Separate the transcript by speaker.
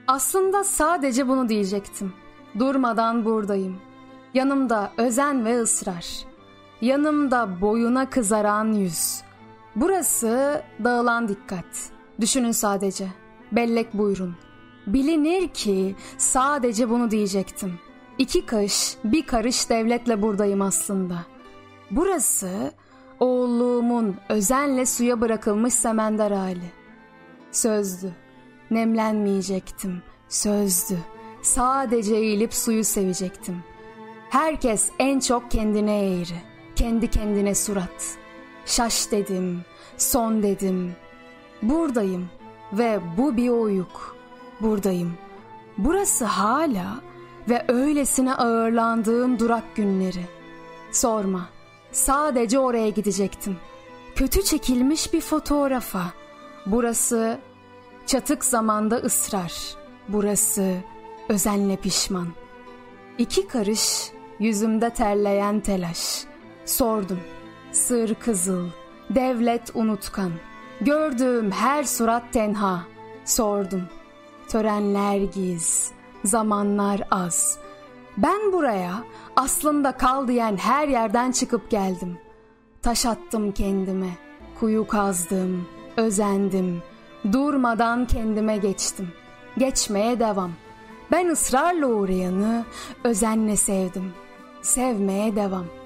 Speaker 1: Aslında sadece bunu diyecektim. Durmadan buradayım. Yanımda özen ve ısrar. Yanımda boyuna kızaran yüz. Burası dağılan dikkat. Düşünün sadece. Bellek buyurun. Bilinir ki sadece bunu diyecektim. 2 kış, 1 karış devletle buradayım aslında. Burası oğulluğumun özenle suya bırakılmış semender hali. Sözdü. Nemlenmeyecektim. Sözdü. Sadece eğilip suyu sevecektim. Herkes en çok kendine eğri. Kendi kendine surat. Şaş dedim. Son dedim. Buradayım. Ve bu bir oyuk. Buradayım. Burası hala ve öylesine ağırlandığım durak günleri. Sorma. Sadece oraya gidecektim. Kötü çekilmiş bir fotoğrafa. Burası çatık zamanda ısrar. Burası özenle pişman. 2 karış yüzümde terleyen telaş. Sordum. Sır kızıl, devlet unutkan. Gördüğüm her surat tenha. Sordum. Törenler giz, zamanlar az. Ben buraya aslında kal diyen her yerden çıkıp geldim. Taş attım kendime, kuyu kazdım, özendim. Durmadan kendime geçtim. Geçmeye devam. Ben ısrarla uğrayanı özenle sevdim. Sevmeye devam.